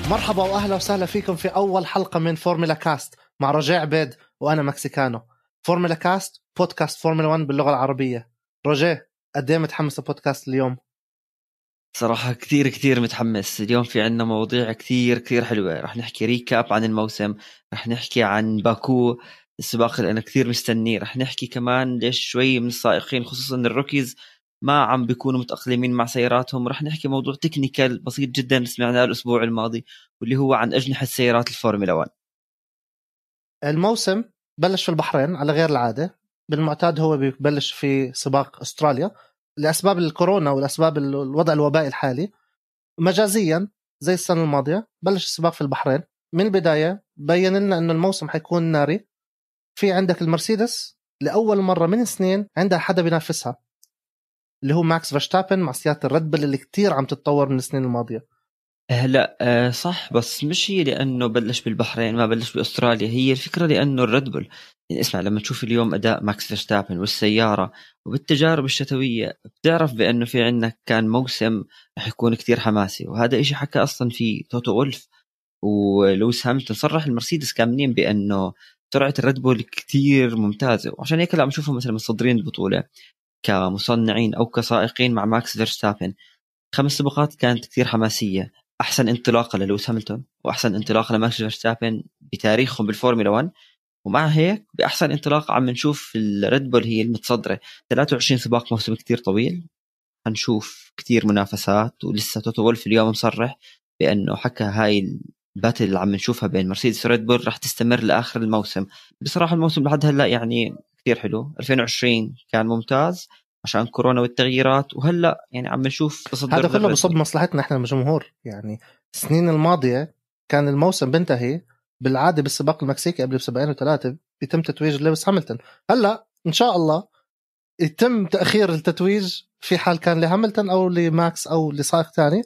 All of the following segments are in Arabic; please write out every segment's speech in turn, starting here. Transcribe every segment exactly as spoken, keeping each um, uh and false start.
مرحبا وأهلا وسهلا فيكم في أول حلقة من فورمولا كاست مع رجاء عبيد وأنا مكسيكانو. فورمولا كاست بودكاست فورمولا واحد باللغة العربية. رجاء قد ايه متحمس البودكاست اليوم؟ صراحة كتير كتير متحمس. اليوم في عنا مواضيع كتير كتير حلوة. رح نحكي ريكاب عن الموسم، رح نحكي عن باكو السباق اللي أنا كتير مستنيه، رح نحكي كمان ليش شوي من السائقين خصوصا الروكيز ما عم بيكونوا متأقلمين مع سياراتهم. رح نحكي موضوع تكنيكال بسيط جدا سمعناه الأسبوع الماضي واللي هو عن أجنحة سيارات الفورمولا واحد. الموسم بلش في البحرين على غير العادة، بالمعتاد هو بيبلش في سباق أستراليا لأسباب الكورونا والأسباب الوضع الوبائي الحالي. مجازيا زي السنة الماضية بلش السباق في البحرين. من البداية بيّن لنا أنه الموسم حيكون ناري. في عندك المرسيدس لأول مرة من سنين عندها حدا بينافسها اللي هو ماكس فيرستابن مع سيارة الريد بول اللي كتير عم تتطور من السنين الماضية. هلا أه صح، بس مش هي لأنه بلش بالبحرين ما بلش بأستراليا، هي الفكرة لأنه الريد بول. يعني اسمع، لما تشوف اليوم أداء ماكس فيرستابن والسيارة وبالتجارب الشتوية بتعرف بأنه في عندك كان موسم رح يكون كتير حماسي، وهذا إشي حكى أصلا في توتو وولف ولويس هامilton. صرح المرسيدس كاملين بأنه سرعة الريد بول كتير ممتازة، وعشان هيك عم نشوفهم مثلا مصدرين البطولة كمصنعين أو كسائقين مع ماكس فيرستابن. خمس سباقات كانت كتير حماسية، أحسن انطلاقة للويس هامilton وأحسن انطلاقة لماكس فيرستابن بتاريخهم بالفورمولا واحد. ومع هيك بأحسن انطلاقة عم نشوف الريد بول هي المتصدرة. ثلاثة وعشرين سباق موسم كتير طويل، هنشوف كتير منافسات، ولسه توتو وولف اليوم مصرح بأنه حكى هاي الباتل اللي عم نشوفها بين مرسيدس وريد بول رح تستمر لآخر الموسم. بصراحة الموسم لحد هلأ يعني كتير حلو. ألفين وعشرين كان ممتاز عشان كورونا والتغييرات، وهلأ يعني عم نشوف تصدر هذا كله للريد بصب بول. مصلحتنا احنا الجمهور. يعني السنين الماضية كان الموسم بنتهي بالعادة بالسباق المكسيكي قبل بسبعين وثلاثة بيتم تتويج لويس هامilton. هلا ان شاء الله يتم تأخير التتويج في حال كان لهاملتون او لماكس او لسائق تاني.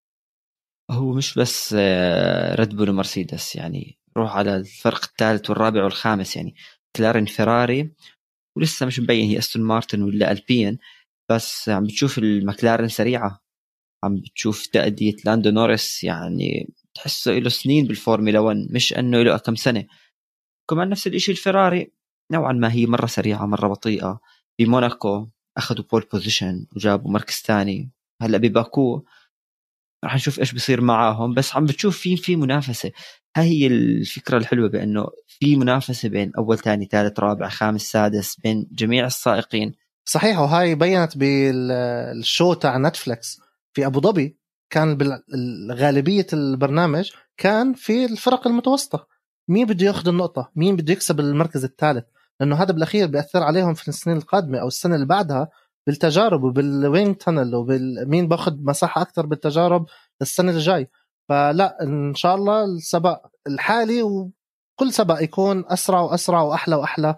هو مش بس ريد بول ومرسيدس، يعني روح على الفرق الثالث والرابع والخامس، يعني كلارن فيراري، ولسه مش مبين هي استون مارتن ولا ألبين. بس عم بتشوف المكلارن سريعة، عم بتشوف تأدية لاندو نوريس، يعني تحسه له سنين بالفورمولا واحد مش أنه له كم سنة. كمان نفس الإشي الفراري نوعا ما هي مرة سريعة مرة بطيئة. بموناكو أخذوا بول بوزيشن وجابوا مركز ثاني، هلأ بباكو راح نشوف إيش بيصير معاهم. بس عم بتشوف في في منافسة. هاي هي الفكرة الحلوة، بأنه في منافسة بين أول ثاني ثالث رابع خامس سادس بين جميع السائقين. صحيح، وهاي بينت بالشو تاع نتفليكس في أبو ظبي. كان بالغالبية البرنامج كان في الفرق المتوسطة، مين بده ياخذ النقطة، مين بده يكسب المركز الثالث، لأنه هذا بالأخير بيأثر عليهم في السنين القادمة أو السنة اللي بعدها بالتجارب وبالوينج تانل وبالمين باخذ مساحة أكتر بالتجارب للسنة الجاي. فلا إن شاء الله السباق الحالي وكل سباق يكون أسرع وأسرع وأحلى وأحلى،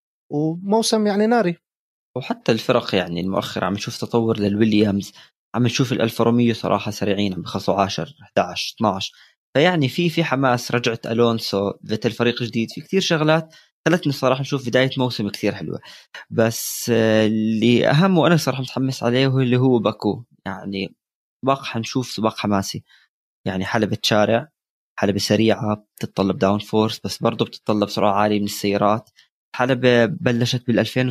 وموسم يعني ناري. وحتى الفرق يعني المؤخر عم نشوف تطور للويليامز، عم نشوف الألفا روميو صراحة سريعين، عم بخلصوا عشرة إحدى عشر اثنا عشر. فيعني في في حماس، رجعت ألونسو فيتل فريق جديد، في كتير شغلات خلتني صراحة نشوف بداية موسم كتير حلوة. بس آه، اللي أهم وأنا صراحة متحمس عليه هو اللي هو باكو. يعني سباق حنشوف سباق حماسي، يعني حلبة شارع، حلبة سريعة بتتطلب داون فورس بس برضو بتتطلب سرعة عالية من السيارات. حلبة بلشت بال2016،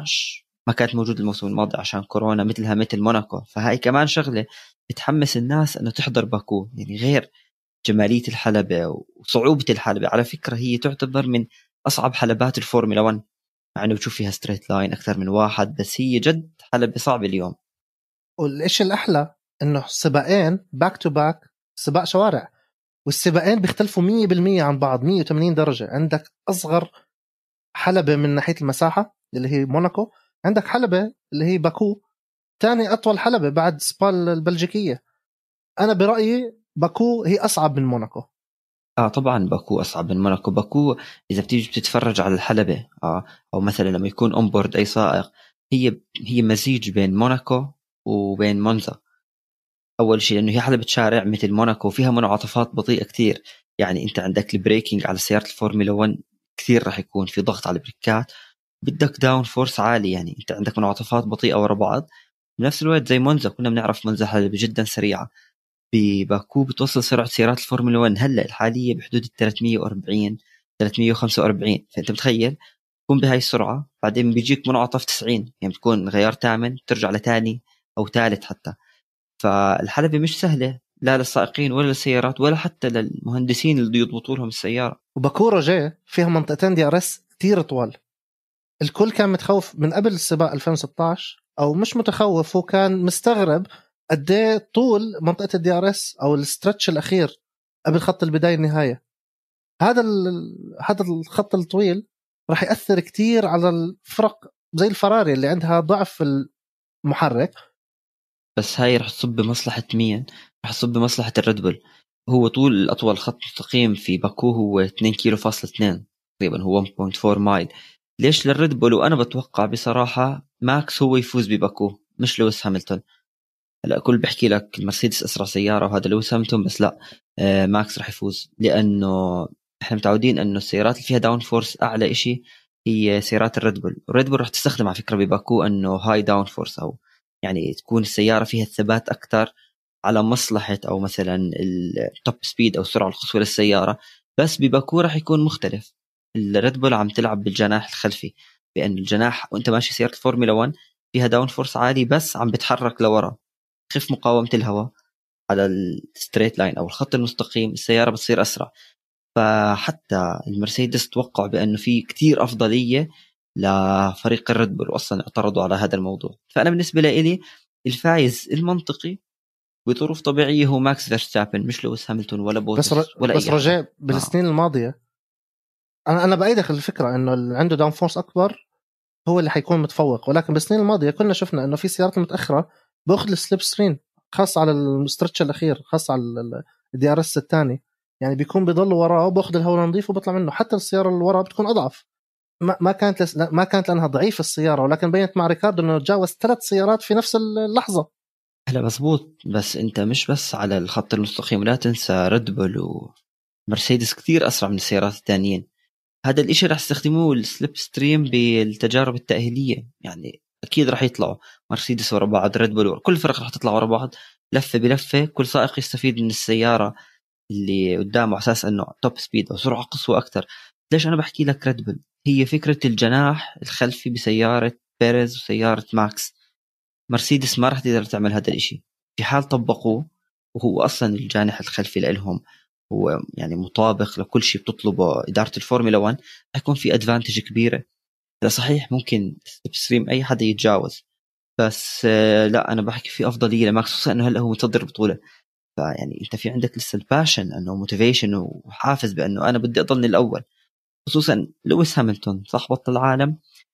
ما كانت موجودة الموسم الماضي عشان كورونا مثلها مثل موناكو. فهاي كمان شغلة بتحمس الناس أنه تحضر باكو، يعني غير جمالية الحلبة وصعوبة الحلبة. على فكرة هي تعتبر من أصعب حلبات الفورمولا واحد، مع أنه بتشوف فيها ستريت لاين أكثر من واحد، بس هي جد حلبة صعبة اليوم. والإشي الأحلى إنه سباقين باك تو باك، سباق شوارع، والسباقين بيختلفوا مية بالمية عن بعض مية وثمانين درجة. عندك أصغر حلبة من ناحية المساحة اللي هي موناكو، عندك حلبة اللي هي باكو تاني أطول حلبة بعد سبال البلجيكية. أنا برأيي باكو هي أصعب من موناكو. اه طبعا باكو اصعب من موناكو. باكو اذا بتيجي بتتفرج على الحلبة آه او مثلا لما يكون اونبورد اي سائق، هي هي مزيج بين موناكو وبين مونزا. اول شيء لانه هي حلبة شارع مثل موناكو، فيها منعطفات بطيئة كتير. يعني انت عندك البريكنج على سيارة الفورمولا واحد كثير راح يكون في ضغط على البريكات، بدك داون فورس عالي، يعني انت عندك منعطفات بطيئة ورا بعض. بنفس الوقت زي مونزا، كنا بنعرف مونزا حلبة جدا سريعة. بباكو بتوصل سرعة سيارات الفورمولا واحد هلأ الحالية بحدود ثلاثمية وأربعين ثلاثمية وخمسة وأربعين. فأنت متخيل تكون بهاي السرعة بعدين بيجيك منعطف تسعين، يعني بتكون غيار تامن ترجع لتاني أو ثالث حتى. فالحلبة مش سهلة لا للسائقين ولا للسيارات ولا حتى للمهندسين اللي يضبطوا لهم السيارة. وباكو رجاء فيها منطقتين دي ار اس كتير طوال. الكل كان متخوف من قبل السباق ألفين وستة عشر، او مش متخوف، هو كان مستغرب قد ايه طول منطقه الدي ار اس او السترتش الاخير قبل خط البدايه النهايه. هذا هذا الخط الطويل راح ياثر كتير على الفرق زي الفراري اللي عندها ضعف المحرك. بس هاي رح تصب بمصلحه مين؟ رح تصب بمصلحه الريد بول. هو طول الاطول خط مستقيم في باكو هو اثنين كيلو فاصلة اثنين تقريبا، هو واحد فاصلة أربعة مايل. ليش للريد بول؟ وانا بتوقع بصراحه ماكس هو يفوز بباكو مش لويس هاملتون. هلا كل بحكي لك المرسيدس اسرع سياره وهذا لويس هاملتون، بس لا، آه ماكس رح يفوز، لانه احنا متعودين انه السيارات اللي فيها داون فورس اعلى إشي هي سيارات الريد بول. الريد بول رح تستخدم على فكره بباكو انه هاي داون فورس، او يعني تكون السياره فيها الثبات اكثر على مصلحه او مثلا التوب سبيد او السرعه القصوى للسياره. بس بباكو رح يكون مختلف. الريد بول عم تلعب بالجناح الخلفي، بان الجناح وانت ماشي سياره الفورمولا واحد فيها داون فورس عالي بس عم بتحرك لورا، خف مقاومة الهواء على الستريت لاين أو الخط المستقيم، السيارة بتصير أسرع. فحتى المرسيدس توقع بأنه في كتير أفضلية لفريق الريد بول، وأصلا اعترضوا على هذا الموضوع. فأنا بالنسبة لي الفائز المنطقي بظروف طبيعية هو ماكس فيرستابن، مش لويس هاملتون ولا بوتس بس ولا بس أي رجاء بالسنين آه. الماضية أنا أنا بأيدك الفكرة إنه اللي عنده داون فورس أكبر هو اللي حيكون متفوق، ولكن بالسنين الماضية كنا شفنا إنه في سيارات متأخرة بأخذ السليب سترين، خاص على المسترتش الأخير، خاص على الدي ار اس الثاني، يعني بيكون بيضل وراه وبأخذ الهواء نظيف وبطلع منه. حتى السيارة اللي وراه بتكون أضعف، ما ما كانت لس... ما كانت لأنها ضعيف السيارة، ولكن بينت مع ريكاردو إنه تجاوز ثلاث سيارات في نفس اللحظة. هلا مزبوط، بس أنت مش بس على الخط المستقيم، لا تنسى ريد بول ومرسيدس كتير أسرع من السيارات الثانيين. هذا الاشي رح يستخدموه السليب ستريم بالتجارب التأهيلية، يعني أكيد رح يطلعوا مرسيدس ورا بعض، ريد بول، كل فرق رح تطلع ورا بعض لفة بلفة، كل سائق يستفيد من السيارة اللي قدامه على أساس أنه توب سبيد أو سرعة قصوى أكتر. ليش أنا بحكي لك ريد بول؟ هي فكرة الجناح الخلفي بسيارة بيريز وسيارة ماكس. مرسيدس ما رح تقدر تعمل هذا الاشي في حال طبقوه، وهو أصلا الجانح الخلفي لهم هو يعني مطابق لكل شيء بتطلبه إدارة الفورمولا واحد، هيكون في أدفانتج كبيرة. لا صحيح ممكن ستريم أي حدا يتجاوز، بس لا أنا بحكي في أفضلية لماكس، خصوصا أنه هلأ هو متصدر البطولة. فيعني أنت في عندك لسه الباشن أنه موتيفيشن وحافز بأنه أنا بدي أضلني الأول. خصوصا لويس هاملتون صح بطل العالم،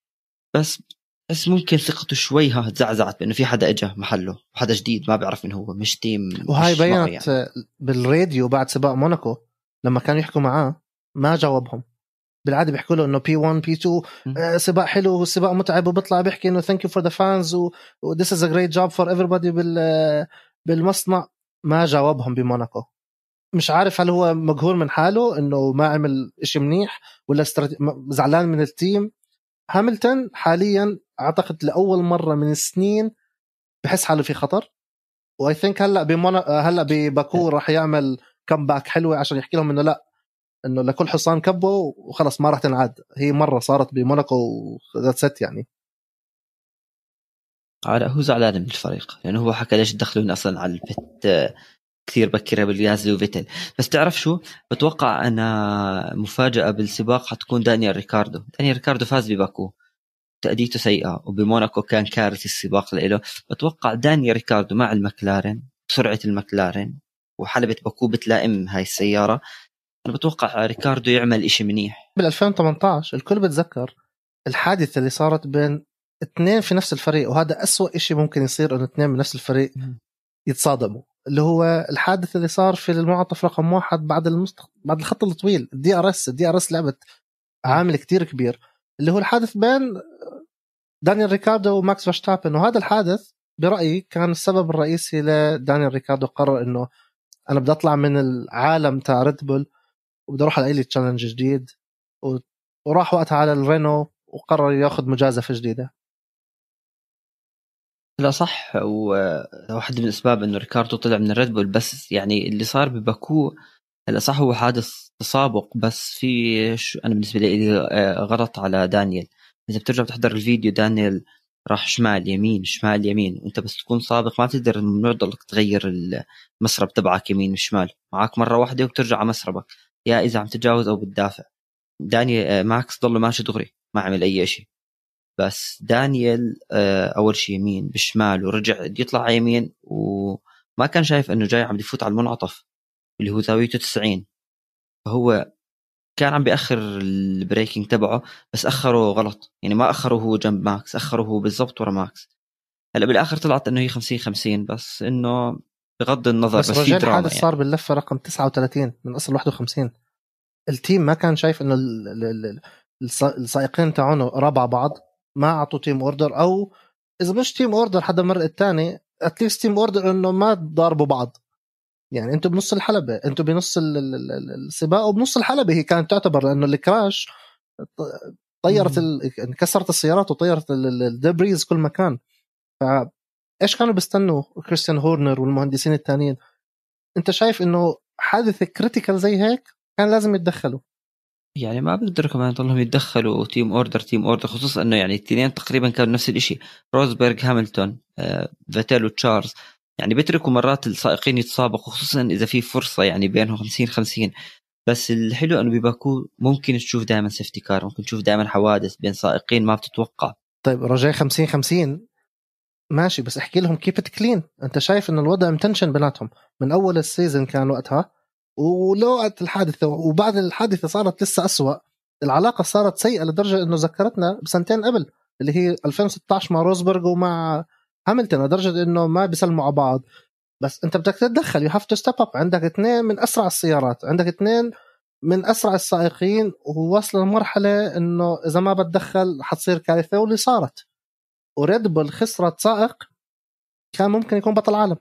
بس بس ممكن ثقته شوي ها تزعزعت بأنه في حدا اجى محله وحدا جديد ما بيعرف من هو، مش تيم. وهاي بينت يعني. بالراديو بعد سباق موناكو لما كانوا يحكوا معاه ما جاوبهم. بالعاده بيحكوا له انه بي واحد بي اثنين آه سباق حلو وسباق متعب، وبيطلع بيحكي انه ثانك يو فور ذا فانز و this is a great job for everybody بال بالمصنع. ما جاوبهم بموناكو. مش عارف هل هو مقهور من حاله انه ما عمل إشي منيح ولا استرات... زعلان من التيم. هاملتون حاليا اعتقد لاول مره من سنين بحس حاله في خطر، واي ثينك هلا بمونا... هلا بباكو راح يعمل كمباك حلوه عشان يحكي لهم انه لا، انه لكل حصان كبه وخلص ما راح تنعاد. هي مره صارت بموناكو ذات ست يعني. على هو زعلان من الفريق لانه هو حكى ليش دخلوني اصلا على البت كثير بكره بالجازلي وفيتل. بس تعرف شو بتوقع انا مفاجاه بالسباق حتكون دانيال ريكاردو. دانيال ريكاردو فاز بباكو تأديته سيئه، وبموناكو كان كارثي السباق له. بتوقع دانيال ريكاردو مع المكلارين، سرعه المكلارين وحلبة باكو بتلائم هاي السياره، أنا بتوقع ريكاردو يعمل إشي منيح. بال ألفين وثمانية عشر الكل بتذكر الحادثة اللي صارت بين اثنين في نفس الفريق، وهذا أسوأ إشي ممكن يصير إنه اثنين من نفس الفريق يتصادموا، اللي هو الحادث اللي صار في المعطف رقم واحد بعد المست... بعد الخط الطويل الدي ار اس. الدي ار اس لعبت عامل كتير كبير، اللي هو الحادث بين دانيال ريكاردو وماكس فيرستابن. وهذا الحادث برأيي كان السبب الرئيسي لدانيال ريكاردو قرر إنه أنا بدي أطلع من العالم تاع ريد بول وبدي أروح على أي تشالنج جديد، وراح وقتها على الرينو وقرر ياخذ مجازفة جديدة. لا صح، وواحد من الأسباب إنه ريكاردو طلع من الريد بول. بس يعني اللي صار بباكو هلا صح هو حادث تسابق، بس في شو أنا بالنسبة لي غلط على دانيال. إذا بترجع بتحضر الفيديو دانيال راح شمال يمين شمال يمين، وأنت بس تكون سابق ما تقدر ممنوع ضلك تغير المسرب تبعك يمين وشمال، معك مرة واحدة وبترجع على مسربك، يا إذا عم تتجاوز أو بتدافع. دانيال ماكس ضله ماشي دغري ما عمل أي إشي، بس دانيال أول شيء يمين بشمال ورجع يطلع يمين، وما كان شايف أنه جاي عم يفوت على المنعطف اللي هو زاويته تسعين، فهو كان عم بيأخر البريكنج تبعه، بس أخره غلط. يعني ما أخره هو جنب ماكس، أخره هو بالضبط ورا ماكس. هلا بالآخر طلعت أنه هي خمسين خمسين، بس إنه بغض النظر بس, بس بس في رجال دراما حادث يعني. صار باللفة رقم تسعة وثلاثين من أصل واحد وخمسين. التيم ما كان شايف إنه ال- ال- ال- الس- السائقين تاعونه رابع بعض، ما أعطوا تيم أوردر، أو إذا مش تيم أوردر حدا مر الثاني أتليست تيم أوردر إنه ما تضاربوا بعض. يعني أنتوا بنص الحلبة، أنتوا بنص ال- ال- ال- السباق وبنص الحلبة هي كانت تعتبر، لأنه الكراش طيرت ال... انكسرت السيارات وطيرت ال- ال- الدبريز كل مكان. فإيش كانوا بيستنوا كريستيان هورنر والمهندسين التانيين؟ أنت شايف إنه حادث كريتيكال زي هيك كان لازم يتدخلوا. يعني ما بقدر كمان يضلهم يتدخلوا تيم اوردر تيم اوردر، خصوصا انه يعني الاثنين تقريبا كانوا نفس الاشي، روزبرغ هاملتون آه، فيتيل وتشارلز. يعني بيتركوا مرات السائقين يتسابقوا، خصوصا اذا في فرصه يعني بينهم خمسين خمسين. بس الحلو انه بباكو ممكن تشوف دائما سيفتي كار، ممكن تشوف دائما حوادث بين سائقين ما بتتوقع. طيب رجاي خمسين خمسين ماشي، بس احكي لهم كيف تكلين. انت شايف ان الوضع متنشن بيناتهم من اول السيزن كان وقتها، ولو وقت الحادثة وبعد الحادثة صارت لسه أسوأ. العلاقة صارت سيئة لدرجة انه ذكرتنا بسنتين قبل اللي هي ألفين وستة عشر مع روزبرغ ومع هاملتون، لدرجة انه ما بيسلموا على بعض. بس انت بدك تتدخل، يو هاف تو ستيب اب. عندك اثنين من اسرع السيارات، عندك اثنين من اسرع السائقين، ووصل لمرحله انه اذا ما بتدخل حتصير كارثه، واللي صارت. وريد بول خسرت سائق كان ممكن يكون بطل عالم.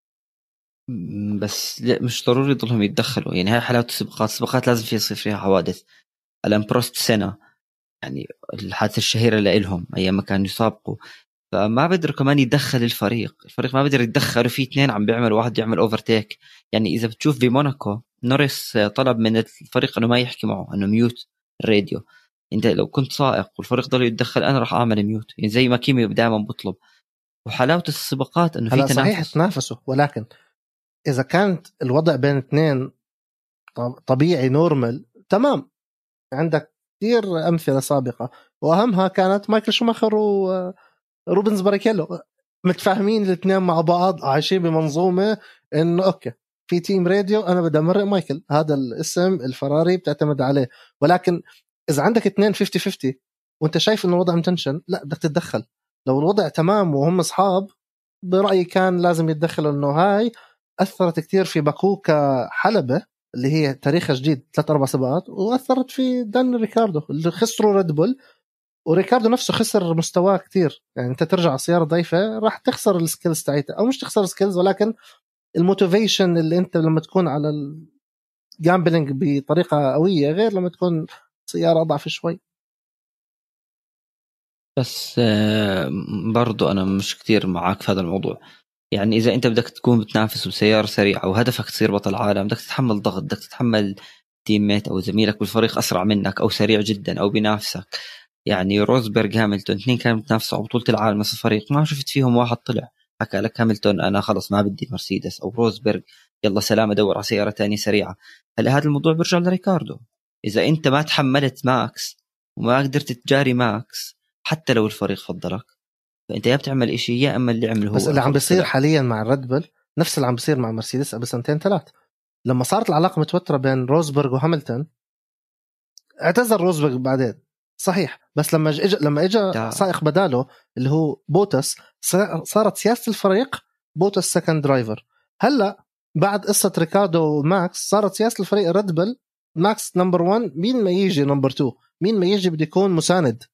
بس لا مش ضروري يضلهم يتدخلوا، يعني هاي حلاوه السباقات، السباقات لازم في يصير فيها حوادث. الان بروست سنة يعني الحادثه الشهيره لهم ايام ما كانوا يسابقوا، فما بقدر كمان يدخل الفريق الفريق ما بقدر يتدخل في اثنين عم بيعمل واحد يعمل اوفرتيك. يعني اذا بتشوف بموناكو نوريس طلب من الفريق انه ما يحكي معه، انه ميوت الراديو. انت لو كنت سائق والفريق ضل يتدخل انا راح اعمل ميوت، يعني زي ما كيمي دائما بطلب. وحلاوه السباقات انه في هلا تنافس. صحيح تنافسوا، ولكن اذا كانت الوضع بين اثنين طبيعي نورمال تمام. عندك كثير امثله سابقه، واهمها كانت مايكل شوماخر وروبنز باريكيلو، متفاهمين الاثنين مع بعض، عايشين بمنظومه انه اوكي في تيم راديو انا بدي امرق مايكل، هذا الاسم الفراري بتعتمد عليه. ولكن اذا عندك اثنين خمسين خمسين وانت شايف انه الوضع متنشن، لا بدك تتدخل. لو الوضع تمام وهم اصحاب، برايي كان لازم يتدخل. انه هاي اثرت كتير في باكو كحلبه اللي هي تاريخها جديد ثلاث اربع سباقات، واثرت في دان ريكاردو اللي خسروا ريد بول، وريكاردو نفسه خسر مستواه كتير. يعني انت ترجع على سياره ضعيفه راح تخسر السكيلز تاعتها، او مش تخسر السكيلز ولكن الموتيفيشن اللي انت لما تكون على الجامبلينج بطريقه قويه غير لما تكون سياره اضعف شوي. بس برضو انا مش كتير معاك في هذا الموضوع. يعني اذا انت بدك تكون بتنافس بسياره سريعه وهدفك تصير بطل عالم، بدك تتحمل ضغط، بدك تتحمل تيم ميت او زميلك بالفريق اسرع منك او سريع جدا او بينافسك. يعني روزبرغ هاملتون اثنين كانوا بيتنافسوا على بطوله العالم نفس الفريق، ما شفت فيهم واحد طلع حكى لك هاملتون انا خلص ما بدي مرسيدس، او روزبرغ يلا سلام ادور على سياره تانية سريعه. هلا هذا الموضوع بيرجع لريكاردو. اذا انت ما تحملت ماكس وما قدرت تجاري ماكس حتى لو الفريق فضلك، فانت يا بتعمل إشي يا اما اللي عمله هو. بس اللي عم بيصير حاليا مع الريد بول نفس اللي عم بيصير مع مرسيدس قبل سنتين ثلاث، لما صارت العلاقه متوتره بين روزبرغ وهاملتون اعتذر روزبرغ بعدين صحيح، بس لما اجى لما اجى سائق بداله اللي هو بوتس صارت سياسه الفريق بوتس سكند درايفر. هلا بعد قصه ريكاردو وماكس صارت سياسه الفريق ريد بول ماكس نمبر واحد، مين ما يجي نمبر اثنين، مين ما يجي بده يكون مساند.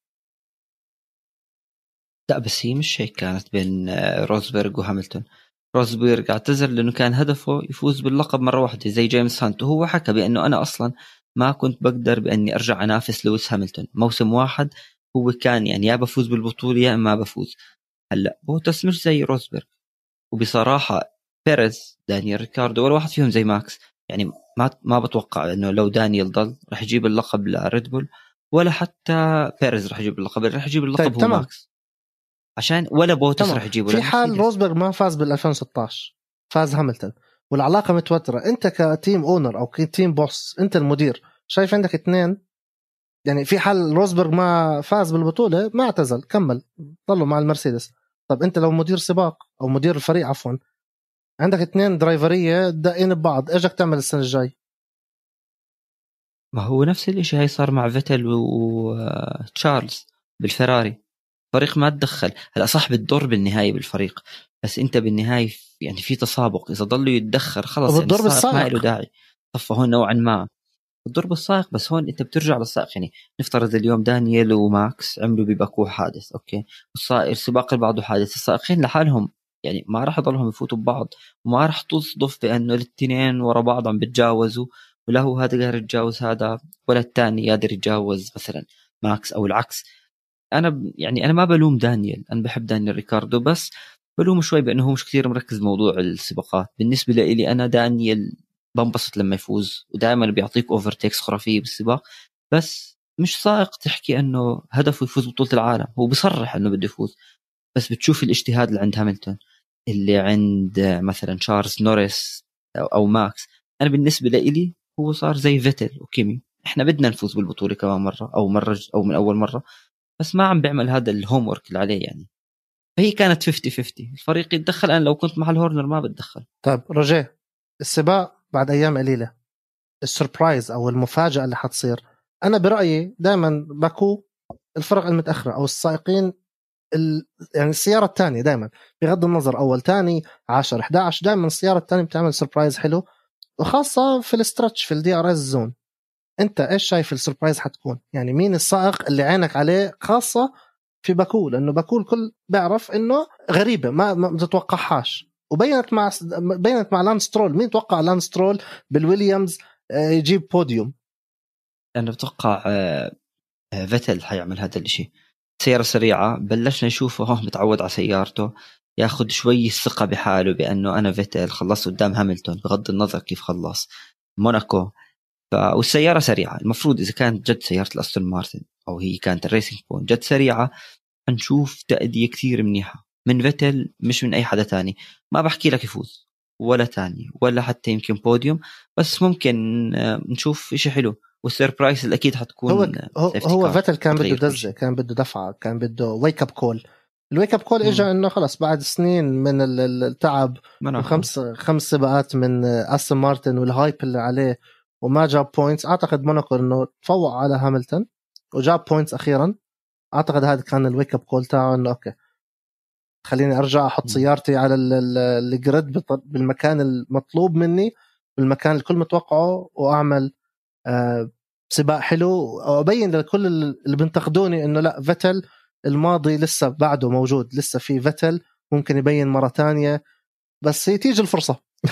لا بس هي مش هيك كانت بين روزبرغ وهاملتون. روزبرغ اعتذر لأنه كان هدفه يفوز باللقب مرة واحدة زي جيمس هانت، وهو حكى بأنه أنا أصلا ما كنت بقدر بأني أرجع أنافس لويس هاملتون موسم واحد. هو كان يعني يا بفوز بالبطولة يا ما بفوز. هلا بوتس مش زي روزبرغ، وبصراحه بيريز دانيال ريكاردو ولا واحد فيهم زي ماكس. يعني ما ما بتوقع انه لو دانيال ضل راح يجيب اللقب لريد بول، ولا حتى بيريز راح يجيب اللقب. راح يجيب اللقب طيب هو تمام. ماكس، عشان ولا بوتس تمام. راح يجيبه في حال للمرسيدس. روزبرغ ما فاز بال ألفين وستة عشر، فاز هاملتون والعلاقه متوتره، انت كتيم اونر او كتيم بوس، انت المدير، شايف عندك اثنين. يعني في حال روزبرغ ما فاز بالبطوله ما اعتزل، كمل ضلوا مع المرسيدس. طب انت لو مدير سباق او مدير الفريق عفوا، عندك اثنين درايفريه داقين ببعض، ايش بدك تعمل السنه الجاي؟ ما هو نفس الاشي هاي صار مع فيتل وتشارلز بالفراري. فريق ما تدخل. هلا صح بتضر بالنهاية بالفريق، بس انت بالنهاية يعني في تسابق، اذا ضلوا يتدخل خلص يعني وبتضر السائق ما له بالسائق. داعي. صفى هون نوعا ما بتضر بالسائق، بس هون انت بترجع للسائق. يعني نفترض اليوم دانيال وماكس عملوا بباكو حادث، اوكي، والسائق السباق اللي بعده حادث، السائقين لحالهم يعني ما راح يضلهم يفوتوا ببعض، وما راح تصدف بانه الاثنين ورا بعض عم بتجاوزوا، ولا هو هذا قادر يتجاوز هذا ولا الثاني قادر يتجاوز مثلا ماكس او العكس. انا ب... يعني انا ما بلوم دانيال، انا بحب دانيال ريكاردو، بس بلوم شوي بانه هو مش كثير مركز موضوع السباقات. بالنسبه لي انا دانيال بنبسط لما يفوز، ودائما بيعطيك اوفرتيكس خرافيه بالسباق، بس مش سائق تحكي انه هدفه يفوز بطوله العالم. هو بيصرح انه بده يفوز، بس بتشوف الاجتهاد اللي عند هاملتون، اللي عند مثلا تشارلز نوريس او, أو ماكس. انا بالنسبه لي هو صار زي فيتل وكيمي، احنا بدنا نفوز بالبطوله كمان مره او مره او من اول مره، بس ما عم بيعمل هذا الهوم ورك اللي عليه. يعني فهي كانت خمسين خمسين، الفريق يتدخل. انا لو كنت مع الهورنر ما بتدخل. طيب رجاء، السباق بعد ايام قليله، السربرايز او المفاجاه اللي حتصير، انا برايي دائما باكو الفرق المتاخره او السائقين ال... يعني السياره الثانيه دائما، بغض النظر اول ثاني عشرة احد عشر، دائما السياره الثانيه بتعمل سربرايز حلو، وخاصه في السترتش في الدي ار اس زون. انت ايش شايف السربرايز حتكون؟ يعني مين السائق اللي عينك عليه خاصه في باكو؟ لانه باكو الكل بيعرف انه غريبه ما ما بتتوقعهاش، وبينت مع بينت مع لانس سترول. مين توقع لانس سترول بالويليامز يجيب بوديوم؟ انا بتوقع فيتل حيعمل هذا الاشي. سيارة سريعة، بلشنا نشوفه هو متعود على سيارته، ياخد شوي الثقة بحاله بأنه أنا فيتل خلص قدام هاملتون، بغض النظر كيف خلص موناكو. ف... والسيارة سريعة، المفروض إذا كانت جد سيارة الأستون مارتن أو هي كانت الريسينج بوينت جد سريعة، هنشوف تأدية كتير منيحة من فيتل، مش من أي حدا تاني. ما بحكي لك يفوز ولا تاني ولا حتى يمكن بوديوم، بس ممكن نشوف إشي حلو. والسيربرايز الأكيد حتكون هو هو, هو فيتل كان بده دزة، دزه، كان بده دفعه، كان بده ويك اب كول. الويك اب كول اجى انه خلص بعد سنين من التعب وخمس خمس سباقات من استون مارتن والهايب اللي عليه وما جاب بوينتس. اعتقد موناكو انه تفوق على هاملتون وجاب بوينتس اخيرا. اعتقد هذا كان الويك اب كول تاعه، انه اوكي خليني ارجع احط سيارتي على الجريد بالمكان المطلوب مني، بالمكان الكل متوقعه، واعمل آه سباق حلو، وابين لكل اللي بينتقدوني انه لا فيتل الماضي لسه بعده موجود، لسه في فيتل ممكن يبين مرة تانية، بس هي تيجي الفرصة.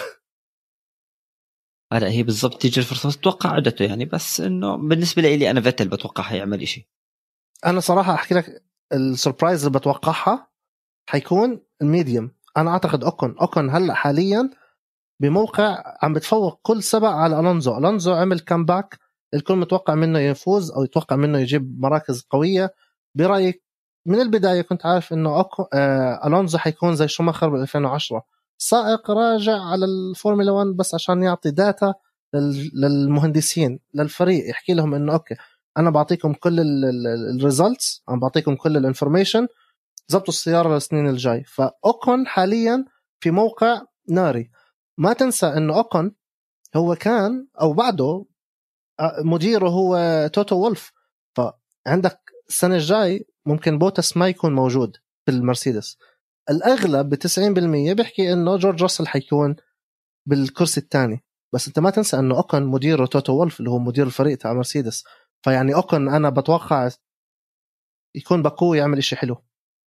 هلا هي بالضبط تيجي الفرصة، تتوقع عدته يعني. بس انه بالنسبة لي انا فيتل بتوقع هيعمل إشي. انا صراحة احكي لك السربرايز اللي بتوقعها حيكون الميديوم. انا اعتقد اوكون اوكون هلا حاليا بموقع عم بتفوق كل سبق على الونزو. الونزو عمل كامباك، الكل متوقع منه يفوز او يتوقع منه يجيب مراكز قوية. برايك من البداية كنت عارف انه أوكو... آه... الونزو حيكون زي شوماخر بال ألفين وعشرة، سائق راجع على الفورمولا واحد بس عشان يعطي داتا لل... للمهندسين للفريق، يحكي لهم انه اوكي انا بعطيكم كل الريزلتس، انا بعطيكم كل الانفورميشن، زبطوا السيارة للسنين الجاي. فأوكون حاليا في موقع ناري. ما تنسى انه اوكون هو كان او بعده مديره هو توتو وولف، فعندك السنة الجاي ممكن بوتس ما يكون موجود في المرسيدس. الأغلب بتسعين بالمية بيحكي إنه جورج راسل حيكون بالكرسي الثاني، بس أنت ما تنسى إنه أوكن مديره توتو وولف اللي هو مدير الفريق تاع مرسيدس. فيعني أوكن أنا بتوقع يكون بقوة يعمل إشي حلو.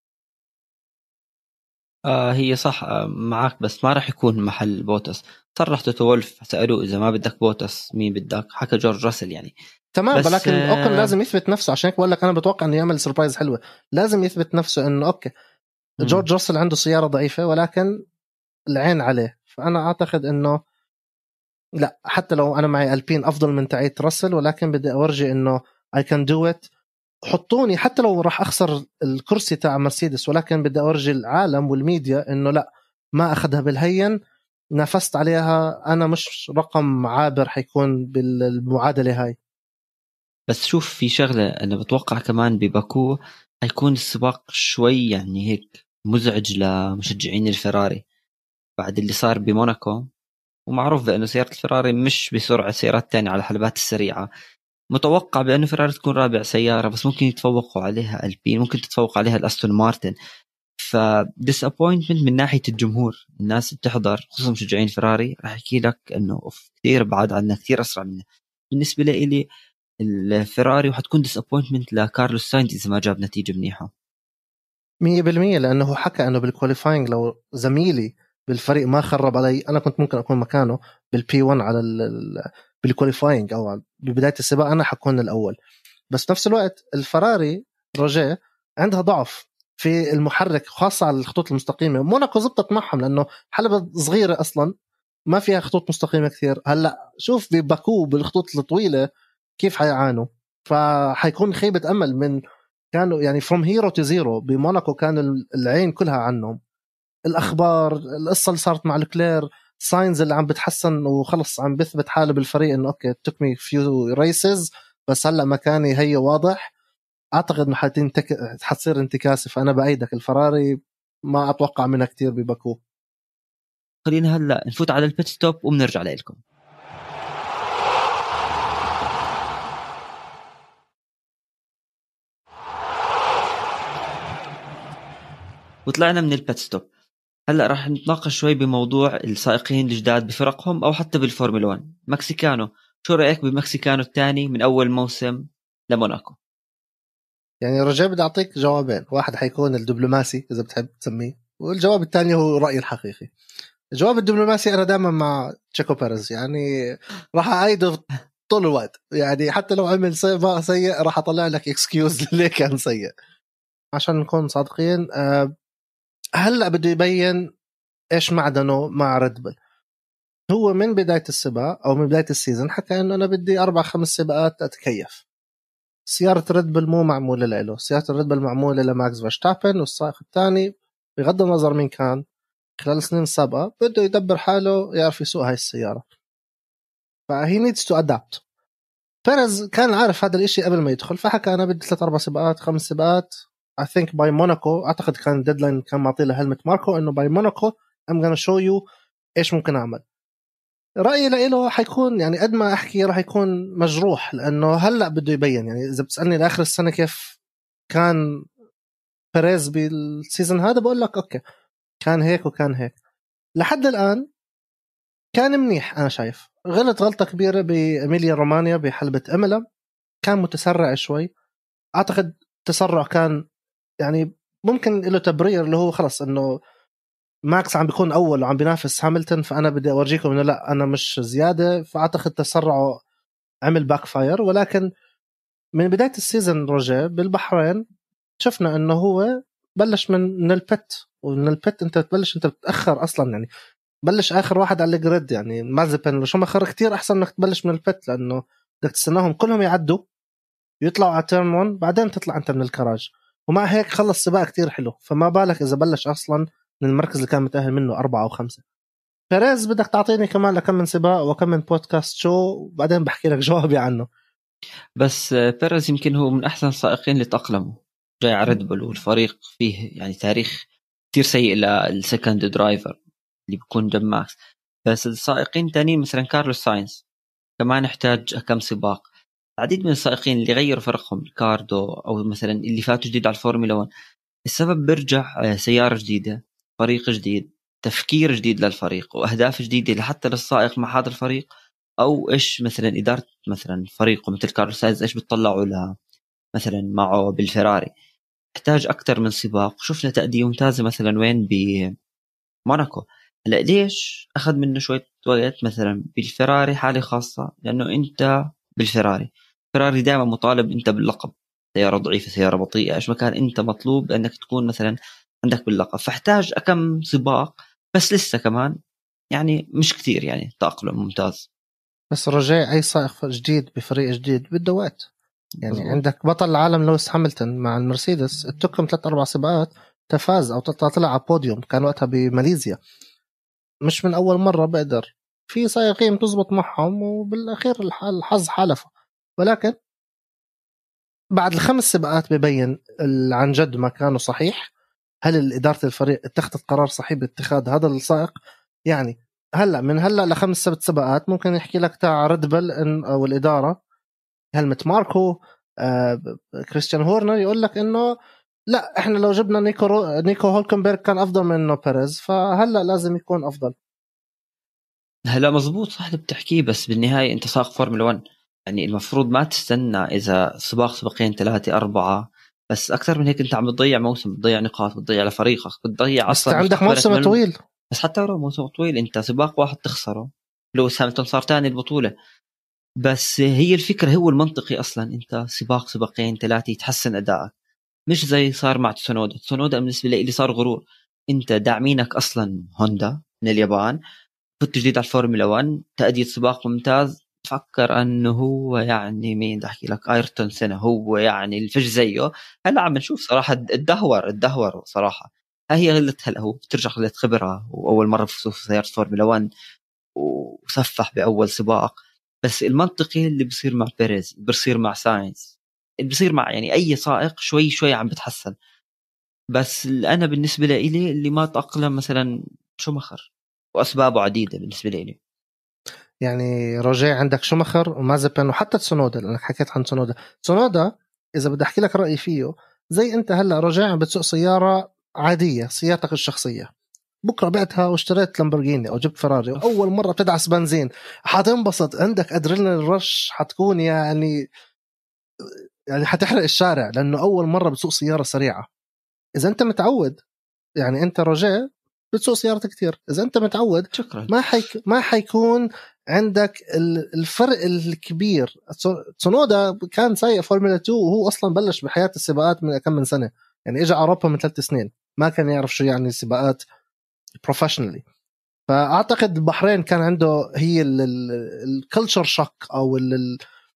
آه هي صح، آه معك، بس ما راح يكون محل بوتس. صرح توتو وولف سألوه إذا ما بدك بوتس مين بدك، حكى جورج راسل يعني. تمام، ولكن آه اوكن لازم يثبت نفسه، عشان هيك بقول لك انا بتوقع انه يعمل سربرايز حلوه. لازم يثبت نفسه انه اوكي جورج راسل عنده سيارة ضعيفة ولكن العين عليه. فأنا أعتقد إنه لا، حتى لو أنا معي ألبين أفضل من تعية راسل، ولكن بدي أورجي إنه I can do it. حطوني حتى لو راح أخسر الكرسي تاع مرسيدس، ولكن بدي أورجي العالم والميديا إنه لا، ما أخذها بالهين، نافست عليها، أنا مش رقم عابر حيكون بالمعادلة هاي. بس شوف في شغلة أنا بتوقع كمان بباكو هيكون السباق شوي يعني هيك مزعج لمشجعين الفراري بعد اللي صار بموناكو، ومعروف بأنه سيارة الفراري مش بسرعة سيارات تانية على الحلبات السريعة. متوقع بأنه فراري تكون رابع سيارة، بس ممكن يتفوقوا عليها ألبين، ممكن تتفوق عليها الأستون مارتن. فديسابوينتمنت من ناحية الجمهور، الناس بتحضر خصوصا مشجعين فراري راح يحكي لك أنه أوف كتير بعاد عنا، كتير أسرع منا. بالنسبة لي الفراري وحتكون ديسابوينتمنت لكارلوس ساينز إذا ما جاب نتيجة منيحة مية بالمية، لأنه حكى أنه بالكواليفاينج لو زميلي بالفريق ما خرب علي أنا كنت ممكن أكون مكانه بالبي واحد على بالكواليفاينج أو ببداية السباق أنا حكون الأول. بس في نفس الوقت الفراري روجيه عندها ضعف في المحرك خاصة على الخطوط المستقيمة. موناكو زبطت معهم لأنه حلبة صغيرة أصلا ما فيها خطوط مستقيمة كثير. هلأ شوف بباكو بالخطوط الطويلة كيف حيعانوا، فحيكون خيبة أمل. من كانوا يعني from hero to zero بموناكو كان العين كلها عنهم، الأخبار، القصة اللي صارت مع لوكلير، ساينز اللي عم بتحسن وخلص عم بثبت حاله بالفريق إنه أوكي took me few races بس هلأ مكاني هي واضح. أعتقد إنه حتنتك... حتصير انتكاسة. فأنا بأيدك الفراري ما أتوقع منها كتير بباكو. خلينا هلأ نفوت على البيت ستوب وبنرجع لكم. وطلعنا من البيت ستوب. هلأ راح نتناقش شوي بموضوع السائقين الجداد بفرقهم أو حتى بالفورمولا واحد. مكسيكانو، شو رأيك بمكسيكانو الثاني من أول موسم لموناكو؟ يعني رجاء بدي أعطيك جوابين، واحد حيكون الدبلوماسي إذا بتحب تسميه، والجواب الثاني هو رأيي الحقيقي. الجواب الدبلوماسي أنا دائما مع تشيكو بيريز، يعني راح أعيده طول الوقت، يعني حتى لو عمل سباق سيء راح أطلع لك إكسكيوز ليه كان سيء. عشان نكون صادقين، هلأ بده يبين إيش معدنه مع ريد بول. هو من بداية السباق أو من بداية السيزن حكى إنه أنا بدي أربع خمس سباقات أتكيف. سيارة ريد بول مو معمولة له، سيارة ريد بول معمولة لماكس فيرستابن والسائق الثاني بغض النظر مين كان خلال سنين سابقة بده يدبر حاله يعرف يسوق هاي السيارة. فهي needs to adapt. بيريز كان عارف هذا الاشي قبل ما يدخل، فحكى أنا بدي ثلاث أربع سباقات خمس سباقات. I think by Monaco، أعتقد كان ديدلاين كان معطي له هلمة ماركو إنه by Monaco I'm gonna show you إيش ممكن أعمل. رأيي له حيكون يعني قد ما أحكي راح يكون مجروح، لأنه هلأ بده يبين. يعني إذا بتسألني لآخر السنة كيف كان بيريز بالسيزن هذا بقول لك أوكي كان هيك وكان هيك. لحد الآن كان منيح. أنا شايف غلط غلطة كبيرة بإميليا رومانيا بحلبة إميلا، كان متسرع شوي. أعتقد تسرع كان يعني ممكن له تبرير اللي هو خلص إنه ماكس عم بيكون أول وعم بينافس هاملتون، فأنا بدي أورجيكم إنه لا أنا مش زيادة. فأعتقد تسرعه عمل باك فاير. ولكن من بداية السيزن رجع بالبحرين شفنا إنه هو بلش من من البت، ومن البت أنت تبلش أنت بتأخر أصلا، يعني بلش آخر واحد على الجريد. يعني مازبن وشو مخر كتير أحسن إنك تبلش من البت، لأنه بدك تستناهم كلهم يعدوا يطلعوا على تيرن واحد بعدين تطلع أنت من الكراج. ومع هيك خلص سباق كتير حلو. فما بالك إذا بلش أصلا من المركز اللي كان متأهل منه أربعة أو خمسة. بيريز بدك تعطيني كمان لكم من سباق وكم من بودكاست شو وبعدين بحكي لك جوابي عنه. بس بيريز يمكن هو من أحسن السائقين اللي تأقلموا جاي على ريد بول، والفريق فيه يعني تاريخ كتير سيء للسكند درايفر اللي بيكون جنب ماكس. بس السائقين تانيين مثلا كارلوس ساينز كمان احتاج كم سباق. عديد من السائقين اللي غيروا فرقهم ريكاردو أو مثلا اللي فاتوا جديد على الفورمولا واحد، السبب برجع سيارة جديدة، فريق جديد، تفكير جديد للفريق وأهداف جديدة حتى للسائق مع هذا الفريق، أو إيش مثلا إدارة مثلا فريقه مثل كارلوس ساينز إيش بتطلعوا لها مثلا معه بالفراري. يحتاج أكتر من سباق. شفنا تأدية ممتازة مثلا وين بموناكو. هلا ليش أخذ منه شوية وقت مثلا بالفراري حالة خاصة؟ لأنه أنت بالفراري فراري دائما مطالب أنت باللقب، سيارة ضعيفة سيارة بطيئة إيش ما كان أنت مطلوب أنك تكون مثلا عندك باللقب، فاحتاج كم سباق بس لسه كمان يعني مش كتير يعني تأقلم ممتاز. بس رجاء أي سائق جديد بفريق جديد بده وقت يعني مزبوط. عندك بطل العالم لويس هامilton مع المرسيدس اتكم ثلاث أربع سباقات تفاز أو طلع على بوديوم، كان وقتها بماليزيا، مش من أول مرة بقدر. في سائقين تزبط معهم وبالأخير الحظ حالفه، ولكن بعد الخمس سباقات ببين عن جد ما كانوا صحيح. هل إدارة الفريق اتخذت قرار صحيح باتخاذ هذا السائق؟ يعني هلا من هلا لخمس سبت سباقات ممكن يحكي لك تاع ريد بل إن أو الإدارة هلمت ماركو آه كريستيان هورنر يقول لك إنه لا إحنا لو جبنا نيكو رو... نيكو هولكنبرغ كان أفضل منه بيريز، فهلا لازم يكون أفضل. هلا مزبوط صح اللي بتحكيه، بس بالنهاية أنت سائق فورمولا واحد يعني المفروض ما تستنى إذا سباق سباقين ثلاثة أربعة بس أكثر من هيك. أنت عم بتضيع موسم، بتضيع نقاط، بتضيع لفريقك، بتضيع بس أصلا عندك موسم من... طويل. بس حتى لو موسم طويل أنت سباق واحد تخسره، لويس هامilton صار تاني البطولة. بس هي الفكرة هو المنطقي أصلا أنت سباق سباقين ثلاثة يتحسن أدائك، مش زي صار مع تسونودا. تسونودا بالنسبة لي اللي صار غرور، أنت داعمينك أصلا هوندا من اليابان، كنت جديد على الفورمولا واحد، تأدية سباق ممتاز، تفكر أنه هو يعني مين بدي أحكي لك آيرتون سنة هو يعني الفش زيه. هلا عم نشوف صراحة الدهور الدهور صراحة. هي غلة هلا هو بترجع غلة خبرة، وأول مرة في سيارة فورمولا واحد وصفح بأول سباق. بس المنطقي اللي بصير مع بيريز بصير مع ساينز، اللي بصير مع يعني أي سائق شوي شوي عم بتحسن. بس أنا بالنسبة لي اللي ما تأقلم مثلا شوماخر، وأسبابه عديدة بالنسبة لي. يعني رجاء عندك شوماخر ومازبن وحتى تسونودا، لأنك حكيت عن تسونودا. تسونودا إذا بدي أحكي لك رأيي فيه، زي أنت هلأ رجاء بتسوق سيارة عادية سيارتك الشخصية، بكرة بعتها واشتريت لامبورغيني أو جبت فراري وأول مرة بتدعس بنزين، حتنبسط، عندك أدرينالين رش، حتكون يعني يعني حتحرق الشارع لأنه أول مرة بتسوق سيارة سريعة. إذا أنت متعود، يعني أنت رجاء بتسوق سيارة كتير، إذا أنت متعود شكرا. ما حيك ما حيكون عندك الفرق الكبير. تسونودا كان سايق فورمولا اثنين وهو أصلا بلش بحياة السباقات من كم من سنة، يعني إجا أوروبا من ثلاث سنين، ما كان يعرف شو يعني سباقات بروفيشنالي. فأعتقد البحرين كان عنده هي الكلتشر شوك أو ال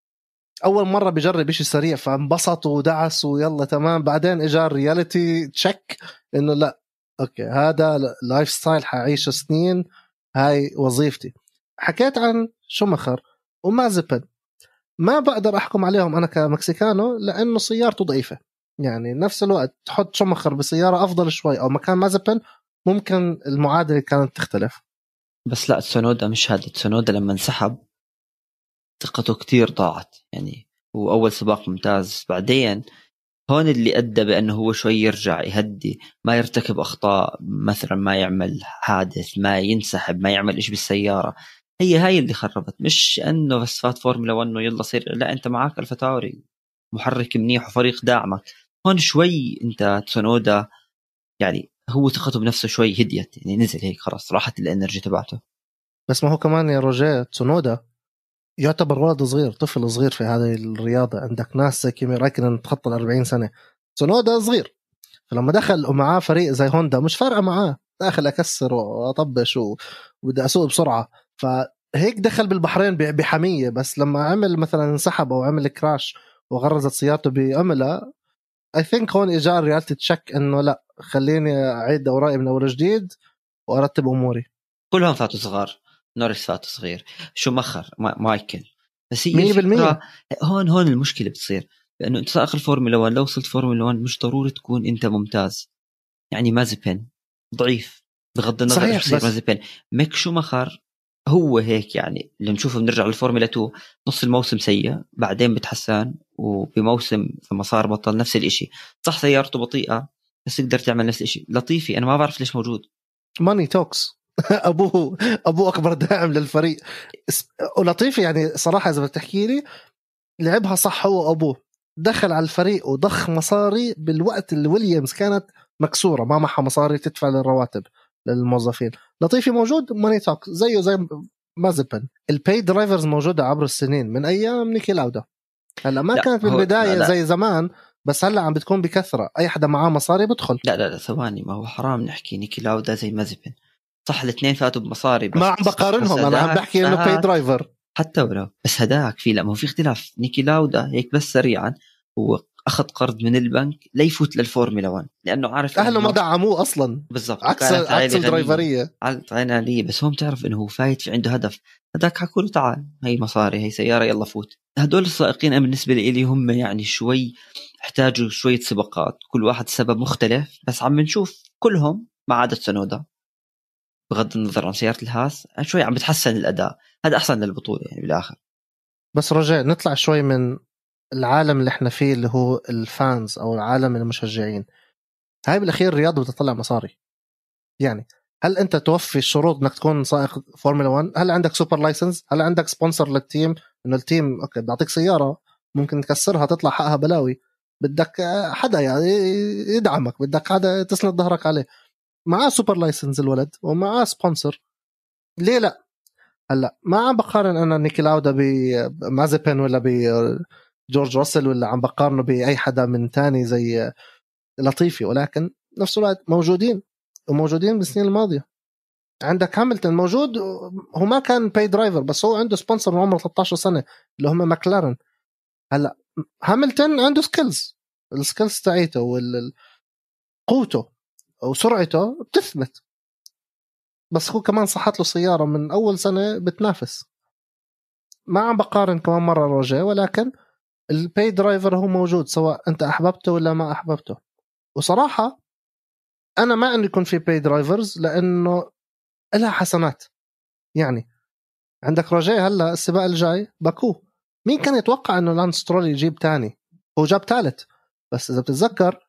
أول مرة بيجرب إشي سريع، فانبسط ودعس ويلا تمام. بعدين إجا رياليتي تشيك إنه لا أوكي هذا لايف ستايل حعيشه سنين، هاي وظيفتي. حكيت عن شوماخر ومازبن، ما بقدر أحكم عليهم أنا كمكسيكانو لأنه سيارته ضعيفة. يعني نفس الوقت تحط شوماخر بسيارة أفضل شوي أو مكان مازبن ممكن المعادلة كانت تختلف. بس لا تسونودا مش هذا، تسونودا لما انسحب ثقته كتير ضاعت يعني. هو أول سباق ممتاز، بعدين هون اللي أدى بأنه هو شوي يرجع يهدي، ما يرتكب أخطاء، مثلا ما يعمل حادث، ما ينسحب، ما يعمل إيش بالسيارة. هي هاي اللي خربت، مش أنه بس فات فورمولا واحد إنه يلا صير، لا أنت معاك الفتاوري محرك منيح وفريق داعمك. هون شوي أنت تسونودا يعني هو ثقته بنفسه شوي هديت، يعني نزل هيك خلاص راحت الانرجي تبعته. بس ما هو كمان يا روجيه تسونودا يعتبر ولد صغير، طفل صغير في هذه الرياضة. عندك ناس زي كيمي رايكنن تخطى الأربعين سنة، تسونودا صغير. فلما دخل ومعاه فريق زي هوندا مش فارقة معاه، داخل أكسر وأطبش وبدي أسوق بسرعة، فهيك دخل بالبحرين بحمية. بس لما عمل مثلا انسحب أو عمل كراش وغرزت سيارته بأملة، I think هون إجا ريالتي تشك إنه لا خليني أعيد أوراقي من أول جديد وأرتب أموري. كلهم فاتوا صغار، نوريس فاتوا صغير، شوماخر، ما مايكل. بس هي مية الفكرة بالمية هون هون المشكلة بتصير، لأنه أنت سائق الفورمولا واحد لو وصلت فورمولا واحد مش ضروري تكون أنت ممتاز. يعني مازبن ضعيف بغض النظر إيش بصير. مازبن ميك شوماخر هو هيك يعني اللي نشوفه بنرجع للفورمولا اثنين نص الموسم سيء بعدين بتحسن، وبموسم لما صار بطل نفس الاشي. صح سيارته بطيئة بس يقدر تعمل نفس الاشي. لطيفي أنا ما بعرف ليش موجود. ماني توكس ابوه ابوه اكبر داعم للفريق. ولطيفي يعني صراحه اذا بتحكي لي لعبها صح، هو ابوه دخل على الفريق وضخ مصاري بالوقت اللي ويليامز كانت مكسوره ما معها مصاري تدفع للرواتب للموظفين. لطيفي موجود، ماني توكس زيه زي مازبن. الباي درايفرز موجوده عبر السنين من ايام نيكي لاودا. هلا ما كانت بالبداية زي زمان، بس هلا عم بتكون بكثره، اي حدا معاه مصاري بدخل. لا لا لا ثواني، ما هو حرام نحكي نيكي لاودا زي مازبن، صح الاثنين فاتوا بمصاري بس ما عم بقارنهم، انا عم بحكي انه باي درايفر حتى ولو، بس هداك في لا ما هو في اختلاف. نيكي لاودا هيك بس سريعا هو اخذ قرض من البنك ليفوت للفورمولا واحد لانه عارف اهله ما إنه دعموه اصلا، بالضبط، عكس وكانت عكس عائله الدرايفريه، عائله غنيه، بس هم تعرف انه هو فايت في عنده هدف. هداك حكوا له تعال هي مصاري هي سياره يلا فوت. هدول السائقين أنا بالنسبه لي هم يعني شوي احتاجوا شويه سباقات، كل واحد سبب مختلف، بس عم نشوف كلهم ما عدا تسونودا بغض النظر عن سياره الهاس شوي عم بتحسن الاداء، هذا احسن للبطوله يعني بالاخر. بس رجاء نطلع شوي من العالم اللي احنا فيه اللي هو الفانز او العالم المشجعين. هاي بالاخير رياضه بتطلع مصاري، يعني هل انت توفي الشروط انك تكون سائق فورمولا واحد؟ هل عندك سوبر لايسنس؟ هل عندك سبونسر للتيم انه التيم اوكي بيعطيك سياره ممكن تكسرها تطلع حقها بلاوي، بدك حدا يعني يدعمك، بدك حدا تسند ظهرك عليه، معاه سوبر لايسنس الولد ومعاه سبونسر، ليه لا؟ هلا ما عم بقارن انا نيكي لاودا بمازيبين ولا بجورج راسل، ولا عم بقارنه باي حدا من تاني زي لطيفي، ولكن نفس الوقت موجودين وموجودين بالسنين الماضيه. عندك هاملتون موجود، هو ما كان باي درايفر بس هو عنده سبونسر من عمره ثلاثة عشر سنه اللي هم ماكلارن. هلا هاملتون عنده سكيلز، السكيلز تاعيته وقوته وسرعته بتثبت، بس هو كمان صحت له سياره من اول سنه بتنافس. ما عم بقارن كمان مره روجيه، ولكن الباي درايفر هو موجود سواء انت احببته ولا ما احببته. وصراحه انا ما انه يكون في باي درايفرز لانه لها حسنات. يعني عندك روجيه هلا السباق الجاي باكو، مين كان يتوقع انه لانس سترول يجيب تاني؟ هو جاب ثالث، بس اذا بتتذكر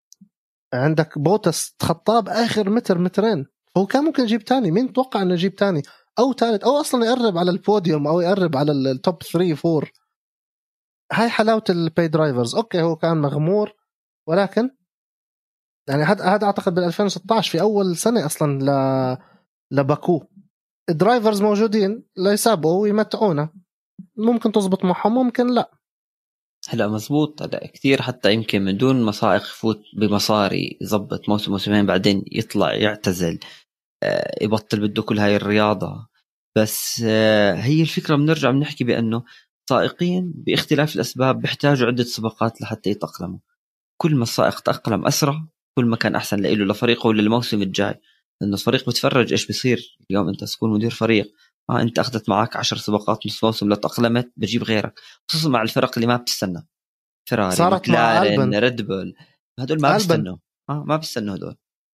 عندك بوتس تخطاه باخر متر مترين، فهو كان ممكن يجيب تاني. مين توقع انه يجيب تاني او ثالث او اصلا يقرب على البوديوم او يقرب على التوب ثلاثة أربعة؟ هاي حلاوه الباي درايفرز. اوكي هو كان مغمور، ولكن يعني هذا هذا اعتقد بال ألفين وستة عشر في اول سنه اصلا ل لباكو الدرايفرز موجودين ليسابقوا ويمتعونا، ممكن تزبط معهم ممكن لا. هلا مزبوط، هلا كثير حتى يمكن من دون مسائق يفوت بمصاري يزبط موسم موسمين بعدين يطلع يعتزل يبطل بده كل هاي الرياضة. بس هي الفكرة بنرجع بنحكي بأنه سائقين باختلاف الأسباب بيحتاجوا عدة سباقات لحتى يتأقلموا. كل ما السائق تأقلم أسرع كل ما كان أحسن له لفريقه وللموسم الجاي، لأنه الفريق بتفرج إيش بيصير. اليوم أنت تكون مدير فريق آه أنت أخذت معك عشر سباقات نص موسم لتأقلمت بجيب غيرك، خصوصا مع الفرق اللي ما بتستنى، فيراري ماكلارين ريد بول، هدول ما بيستنوا آه ما بيستنوا هدول،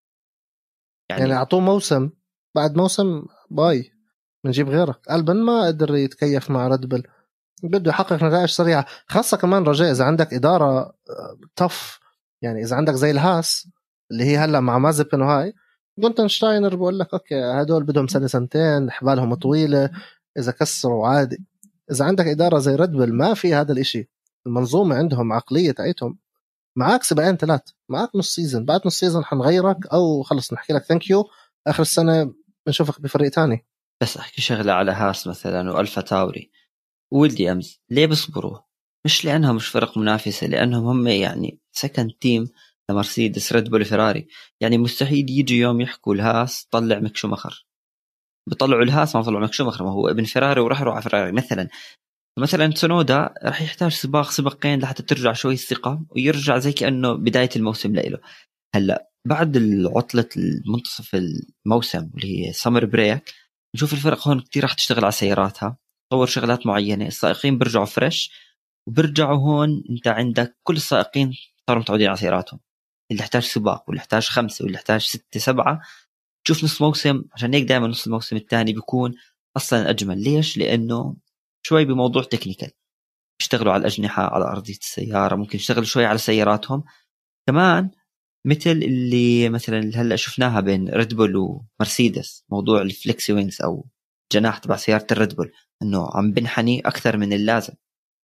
يعني, يعني أعطوه موسم بعد موسم باي بنجيب غيرك. ألبن ما قدر يتكيف مع ريد بول، بده يحقق نتائج سريعة، خاصة كمان رجاء إذا عندك إدارة تف. يعني إذا عندك زي الهاس اللي هي هلأ مع مازبن وهاي جونتن شتاينر بقول لك أوكي هدول بدهم سنة سنتين حبالهم طويلة، إذا كسروا عادي. إذا عندك إدارة زي ريد بول ما في هذا الإشي، المنظومة عندهم عقلية تاعتهم، معاك سباقين ثلاث، معاك نص سيزن، بعد نص سيزن حنغيرك أو خلص نحكي لك ثانك يو آخر السنة بنشوفك بفريق تاني. بس أحكي شغلة على هاس مثلا وألفا تاوري ويليامز، ليه بصبروا؟ مش لأنها مش فرق منافسة، لأنهم هم يعني سكند تيم لمرسيدس ريد بول فيراري. يعني مستحيل يجي يوم يحكوا الهاس طلع ميك شوماخر، بيطلعوا الهاس ما طلعوا ميك شوماخر، ما هو ابن فيراري وراح يروح على فيراري مثلا. مثلا تسونودا راح يحتاج سباق سباقين لحتى ترجع شوي الثقة ويرجع زي كأنه بداية الموسم لإله. هلأ بعد العطلة المنتصف الموسم اللي هي سمر بريك نشوف الفرق هون كتير راح تشتغل على سياراتها، تطور شغلات معينة، السائقين بيرجعوا فريش وبرجعوا هون انت عندك كل السائقين صاروا متعودين على سياراتهم، اللي يحتاج سباق واللي يحتاج خمسة واللي يحتاج ستة سبعة. تشوف نص موسم، عشان هيك دائما نص الموسم الثاني بيكون أصلا أجمل. ليش؟ لأنه شوي بموضوع تكنيكال، يشتغلوا على الأجنحة على أرضية السيارة، ممكن يشتغلوا شوي على سياراتهم كمان، مثل اللي مثلا هلا شفناها بين ريد بول ومرسيدس، موضوع الفليكسي وينجز او جناح تبع سياره الريد بول انه عم بنحني اكثر من اللازم.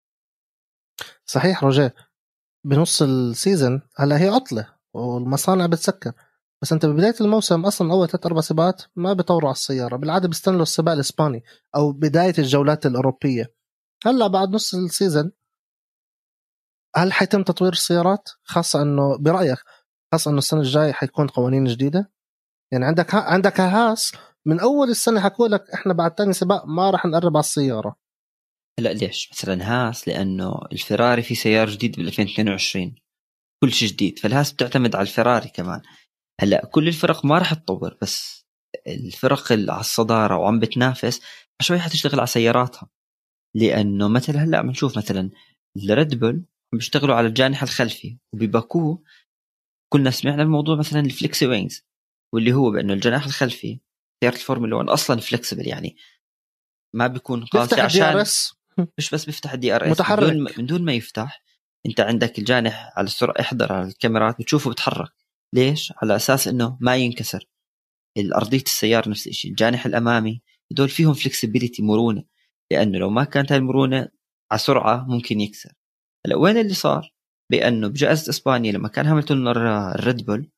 صحيح رجاء، بنص السيزن هلا هي عطله والمصانع بتسكر، بس انت ببدايه الموسم اصلا اول ثلاث اربع سباقات ما بيطوروا على السياره، بالعاده بيستنوا السباق الاسباني او بدايه الجولات الاوروبيه. هلا بعد نص السيزن هل حيتم تطوير السيارات خاصة انه برأيك خاصة انه السنة الجاية حيكون قوانين جديدة؟ يعني عندك ها عندك هاس من اول السنة حكوا لك احنا بعد تاني سباق ما راح نقرب على السيارة. لا ليش مثلا هاس؟ لانه الفراري في سيارة جديد بال ألفين واثنين وعشرين، كل شيء جديد، فالهاس بتعتمد على الفراري كمان. هلا كل الفرق ما راح تطور، بس الفرق اللي على الصدارة وعم بتنافس شوي حتشتغل على سياراتها. لأنه مثلا هلا بنشوف مثلا الريد بول عم بيشتغلوا على الجانح الخلفي، وبباكو كلنا سمعنا الموضوع مثلا الفليكسي وينجز، واللي هو بأنه الجناح الخلفي سيارة الفورمولا واحد أصلا فليكسبل، يعني ما بيكون قاسي، عشان مش بس بيفتح الدي ار اس، من دون, من دون ما يفتح انت عندك الجانح على السرعة، احضر على الكاميرات بتشوفه بتحرك. ليش؟ على أساس انه ما ينكسر. الأرضية السيارة نفس الشيء، الجانح الأمامي دول فيهم فلكسبيليتي، مرونة، لأنه لو ما كانت هاي المرونة على سرعة ممكن يكسر. هلا وين اللي صار؟ بأنه بجائزة إسبانيا لما كان هاملتون الريد بول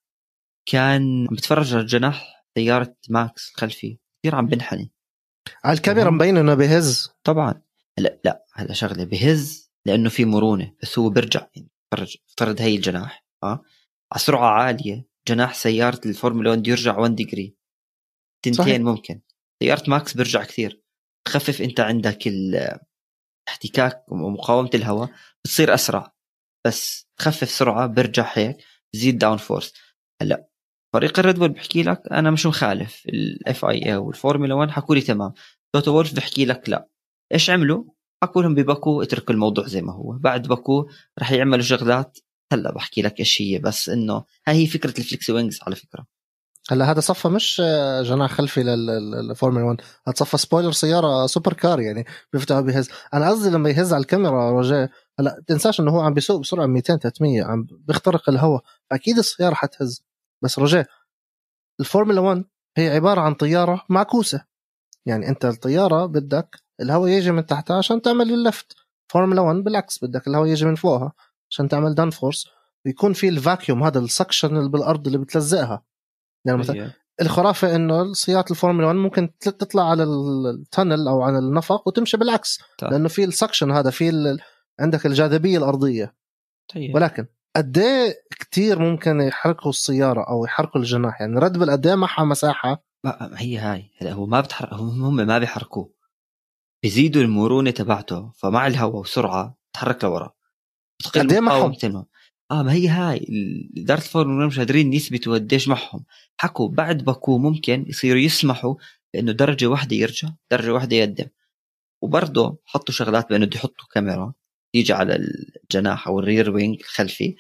كان عم بتفرج على الجناح سيارة ماكس الخلفي كثير عم بنحني على الكاميرا، مبين انه بهز طبعا. هلا لا هلا شغلة بهز لأنه في مرونة، بس هو برجع. يعني فرج افترض هاي الجناح اه على سرعة عالية، جناح سيارة الفورمولا واحد يرجع واحد ديجري، تنتين صحيح. ممكن سيارة ماكس برجع كثير، تخفف انت عندك الاحتكاك ومقاومة الهواء بتصير أسرع، بس تخفف سرعة برجع هيك تزيد داون فورس. هلا فريق الريد بول بحكي لك أنا مش مخالف، الاف اي اي والفورمولا واحد حكوا لي تمام. توتو وولف بحكي لك لا. إيش عملوا؟ حكوا لهم بباكو اتركوا الموضوع زي ما هو، بعد باكو رح يعملوا شغلات هلا بحكي لك ايش هي، بس انه هاي هي فكرة الفليكسي وينجز على فكرة. هلا هذا صفى مش جناح خلفي للفورمولا واحد، هذا صفى سبويلر سيارة سوبر كار، يعني بيفتح بيهز. أنا قصدي لما يهز على الكاميرا رجاء، هلا تنساش إنه هو عم بيسوق بسرعة مئتين ثلاثمية، عم بيخترق الهواء، أكيد السيارة حتهز. بس رجاء الفورمولا واحد هي عبارة عن طيارة معكوسة، يعني أنت الطيارة بدك الهواء يجي من تحتها عشان تعمل اللفت. فورمولا واحد بالعكس، بدك الهواء يجي من فوقها عشان تعمل دان فورس، ويكون في الفاكيوم، هذا السكشن اللي بالأرض اللي بتلزقها. يعني مثلا الخرافة إنه سيارات الفورمولا واحد ممكن تطلع على التنل أو على النفق وتمشي بالعكس طيب. لأنه في السكشن هذا، في ال... عندك الجاذبية الأرضية طيب. ولكن قديه كتير ممكن يحركوا السيارة أو يحركوا الجناح، يعني رد بل قديه معها مساحة. ما هي هاي هلا هو ما بتحرك، هم ما بيحركوه، بيزيدوا المرونة تبعته، فمع الهواء وسرعة تحرك لورا، قديه معهم. اه ما هي هاي إدارة الفورمولا مش قادرين يثبتوا قديش معهم. حكوا بعد باكو ممكن يصيروا يسمحوا بأنه درجة واحدة يرجع، درجة واحدة يقدم، وبرضه حطوا شغلات بأنه بده يحطوا كاميرا يجي على الجناح أو الرير وينج الخلفي.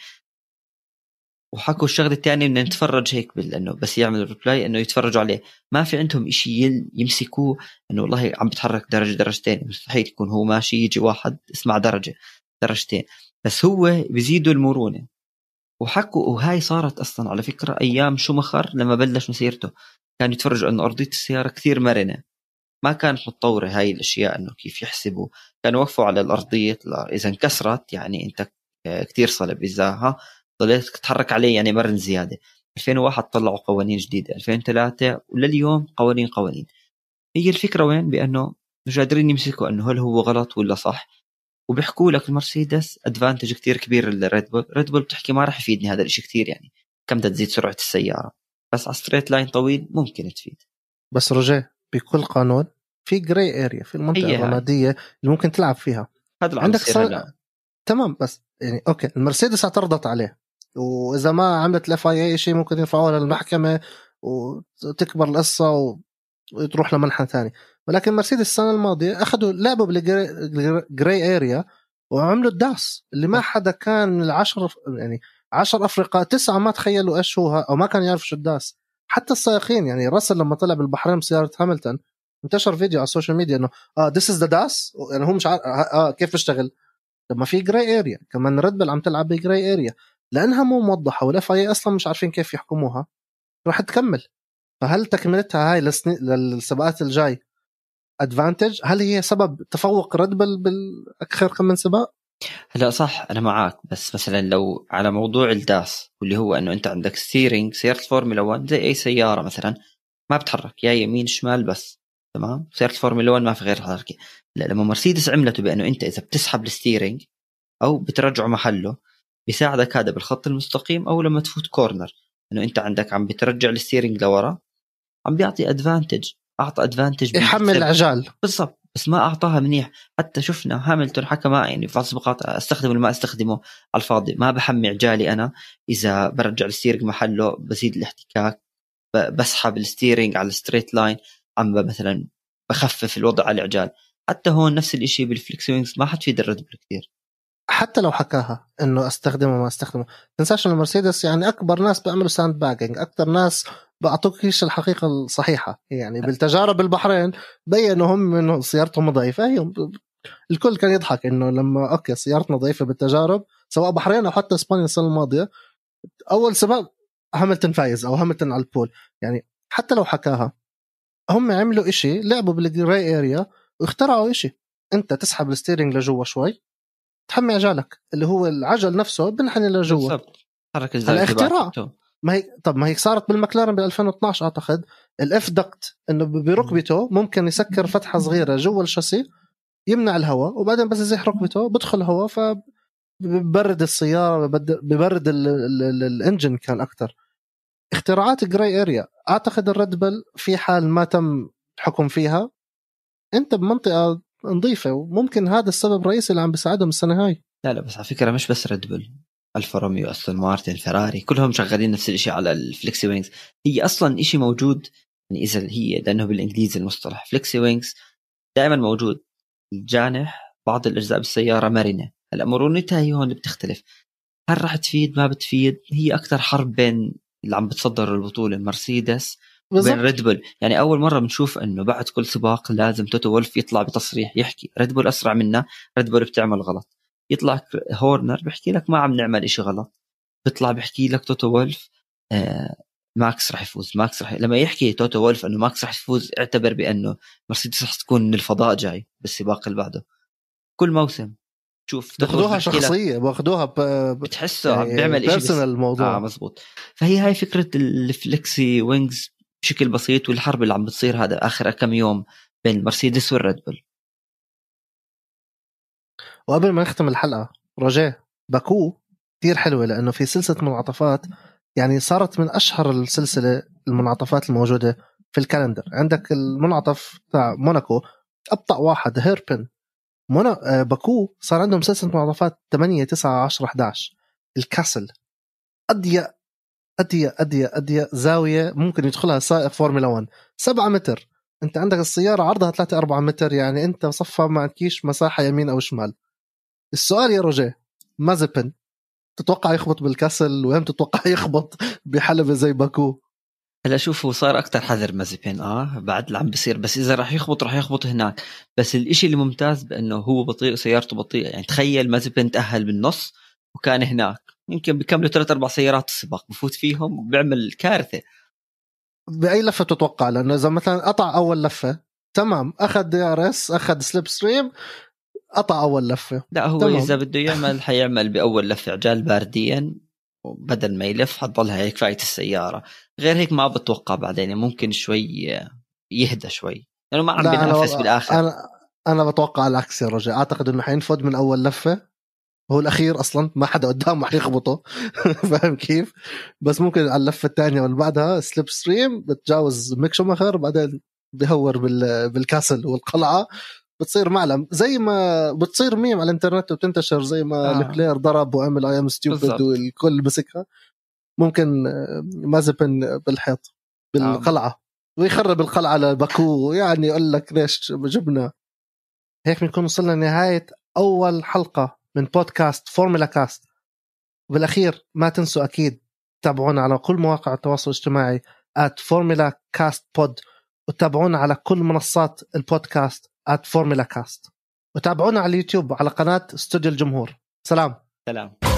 وحكوا الشغله الثانيه ان نتفرج هيك، لانه بس يعملوا ريبلاي انه يتفرجوا عليه، ما في عندهم إشي يمسكوه انه والله عم بتحرك درجه درجتين، مستحيل يكون هو ماشي يجي واحد اسمع درجه درجتين، بس هو بيزيدوا المرونه. وحكوا وهاي صارت اصلا على فكره ايام شومخر لما بلش مسيرته، كانوا يتفرجوا انه ارضيه السياره كثير مرنه، ما كانت متطوره هاي الاشياء انه كيف يحسبوا، كانوا وقفوا على الارضيه اذا انكسرت يعني انت كثير صلب، اذا ها ضليت تتحرك عليه يعني مرن زياده. ألفين وواحد طلعوا قوانين جديده، ألفين وثلاثة ولليوم قوانين قوانين. هي الفكره وين؟ بانه مش قادرين يمسكوا انه هل هو غلط ولا صح، وبيحكوا لك المرسيدس ادفانتج كتير كبير للريد بول. ريد بول بتحكي ما راح يفيدني هذا الشيء كتير، يعني كم بدها تزيد سرعه السياره، بس على ستريت لاين طويل ممكن تفيد. بس رجاء بكل قانون في جراي اريا، في المنطقه الرماديه اللي ممكن تلعب فيها. هذا عندك صن... تمام، بس يعني اوكي المرسيدس اعترضت عليه، واذا ما عملت الاف اي اي شيء ممكن يرفعوها للمحكمه وتكبر القصه و... وتروح لمنحى ثاني. ولكن مرسيدس السنه الماضيه اخذوا لعبوا بالجراي اريا وعملوا الداس اللي ما حدا كان من العشر، يعني عشر افرقاء تسعه ما تخيلوا ايش هو او ما كان يعرف شو الداس. حتى السائقين، يعني راسل لما طلع بالبحرين بسياره هاملتون انتشر فيديو على السوشيال ميديا انه اه ذس از ذا داس، يعني هو مش عارف اه كيف بيشتغل. لما في جراي اريا كمان ريد بل عم تلعب بجراي اريا لانها مو موضحه، والاف اي اصلا مش عارفين كيف يحكموها، راح تكمل. فهل تكملتها هاي للسن... للسباقات الجاي ادفانتج؟ هل هي سبب تفوق ريد بل بالاخر كم من سباق؟ لا صح انا معاك، بس مثلا لو على موضوع الداس واللي هو انه انت عندك ستيرنج، سياره الفورمولا واحد زي اي سياره مثلا ما بتحرك يا يمين شمال بس، تمام. سياره الفورمولا واحد ما في غير حركه. لا لما مرسيدس عملته بانه انت اذا بتسحب الستيرنج أو بترجعه محله، بيساعدك هذا بالخط المستقيم أو لما تفوت كورنر، إنه أنت عندك عم بترجع الستيرنج لورا، عم بيعطي أدفانتج، أعطى أدفانتج يحمل العجال بالضبط، بس ما أعطاها منيح. حتى شفنا هاملتون حكى معي يعني في السباقات أستخدمه ولا ما أستخدمه على الفاضي، ما بحمي عجالي أنا إذا برجع الستيرنج محله، بزيد الاحتكاك، بسحب الستيرنج على الستريت لاين، عم مثلا بخفف الوضع على العجال. حتى هون نفس الاشي بالفليكس وينجز، ما حتفيد الريد بول كتير. حتى لو حكاها انه استخدمه ما استخدمه، تنساش ان المرسيدس يعني اكبر ناس بيعملوا ساند باجينج، اكثر ناس بعطوكيش الحقيقه الصحيحه. يعني بالتجارب البحرين بينوا هم انه سيارتهم ضعيفه، هي الكل كان يضحك انه لما اوكي سيارتنا ضعيفه بالتجارب سواء بحرين او حتى اسبانيا السنه الماضيه، اول سبب هاملتون فايز او هاملتون على البول. يعني حتى لو حكاها هم عملوا إشي، لعبوا بالجراي اريا واخترعوا إشي، انت تسحب الستيرنج لجوا شوي، تحمي عجلك اللي هو العجل نفسه بنحني لجوا بالضبط، حركه الزاويه اختراع. ما هي طب ما هي صارت بالمكلارن بال ألفين واثني عشر اعتقد، الاف دكت انه بركبته ممكن يسكر فتحه صغيره جوا الشاسي يمنع الهواء، وبعدين بس يزيح ركبته بدخل الهواء فببرد السياره، ببرد الانجن. كان اكتر اختراعات جراي اريا. اعتقد الريد بل في حال ما تم الحكم فيها انت بمنطقه نظيفه، وممكن هذا السبب الرئيسي اللي عم بيساعدهم السنه هاي. لا لا بس على فكره مش بس ريد بل، الفا روميو، استون مارتن، فيراري، كلهم شغالين نفس الشيء على الفليكسي وينجز. هي اصلا إشي موجود يعني، اذا هي لانه بالانجليزي المصطلح فليكسي وينجز دائما موجود. الجانح بعض الاجزاء بالسياره مرنه، هلا مرونتها هي هون بتختلف. هل راح تفيد ما بتفيد؟ هي اكثر حرب بين اللي عم بتصدر البطوله مرسيدس وبين ريد بول. يعني اول مره بنشوف انه بعد كل سباق لازم توتو وولف يطلع بتصريح يحكي ريد بول اسرع منا، ريد بول بتعمل غلط. يطلع هورنر بيحكي لك ما عم نعمل إشي غلط، بيطلع بيحكي لك توتو وولف آه ماكس راح يفوز. ماكس راح لما يحكي توتو وولف انه ماكس راح يفوز، اعتبر بانه مرسيدس راح تكون من الفضاء جاي بالسباق اللي بعده. كل موسم شوف باخدوها شخصيه، باخدوها ب... بتحسه عم بيعمل إشي بس الموضوع. اه مزبوط. فهي هاي فكره الفليكسي وينجز بشكل بسيط، والحرب اللي عم بتصير هذا اخر كم يوم بين مرسيدس والريد بول. وقبل ما نختم الحلقه رجاء، باكو كتير حلوه لانه في سلسله منعطفات، يعني صارت من اشهر السلسله المنعطفات الموجوده في الكالندر. عندك المنعطف تاع موناكو ابطا واحد هيربن، مونا باكو صار عندهم سلسله منعطفات ثمانية تسعة عشرة إحدى عشر. الكاسل اضيق اضيق اضيق اضيق زاويه ممكن يدخلها سائق فورمولا واحد، سبعة متر. انت عندك السياره عرضها ثلاثة أربعة متر، يعني انت صفى ما عندكيش مساحه يمين او شمال. السؤال يا رجاء، مازبن تتوقع يخبط بالكاسل وين تتوقع يخبط بحلبة زي باكو؟ هلا شوف، هو صار أكتر حذر مازبين اه بعد اللي عم بيصير، بس اذا راح يخبط راح يخبط هناك. بس الاشي اللي ممتاز بانه هو بطيء وسيارته بطيئه، يعني تخيل مازبين تأهل بالنص وكان هناك يمكن بيكملوا ثلاث اربع سيارات السباق بفوت فيهم وبيعمل كارثه. باي لفه تتوقع؟ لانه اذا مثلا قطع اول لفه تمام، اخذ دي ار اس، اخذ سليب ستريم، قطع اول لفه. لا هو تمام. اذا بده يعمل حيعمل باول لفه عجال بارديا، وبدل ما يلف حتضلها هيك فايت السياره. غير هيك ما بتوقع بعدين، يعني ممكن شوي يهدى شوي لانه يعني ما عم بينافس بالاخر. انا انا بتوقع العكس يا رجل، اعتقد انه حينفذ من اول لفه، هو الاخير اصلا ما حدا قدامه حيخبطه فاهم كيف؟ بس ممكن على اللفه الثانيه واللي بعدها سليب ستريم بتجاوز ميك شوماخر، بعدين بيهور بالكاسل والقلعه، بتصير معلم زي ما بتصير ميم على الانترنت وبتنتشر، زي ما آه. لكلير ضرب وعمل اي ام ستيوبد والكل مسكها. ممكن مازبن بالحيط بالقلعه آه. ويخرب القلعه لباكو، يعني يقول لك ليش جبنا هيك. بنكون وصلنا لنهايه اول حلقه من بودكاست فورمولا كاست. وبالاخير ما تنسوا اكيد تابعونا على كل مواقع التواصل الاجتماعي at formula cast pod، وتابعونا على كل منصات البودكاست at formula cast، وتابعونا على اليوتيوب على قناة استوديو الجمهور. سلام. سلام.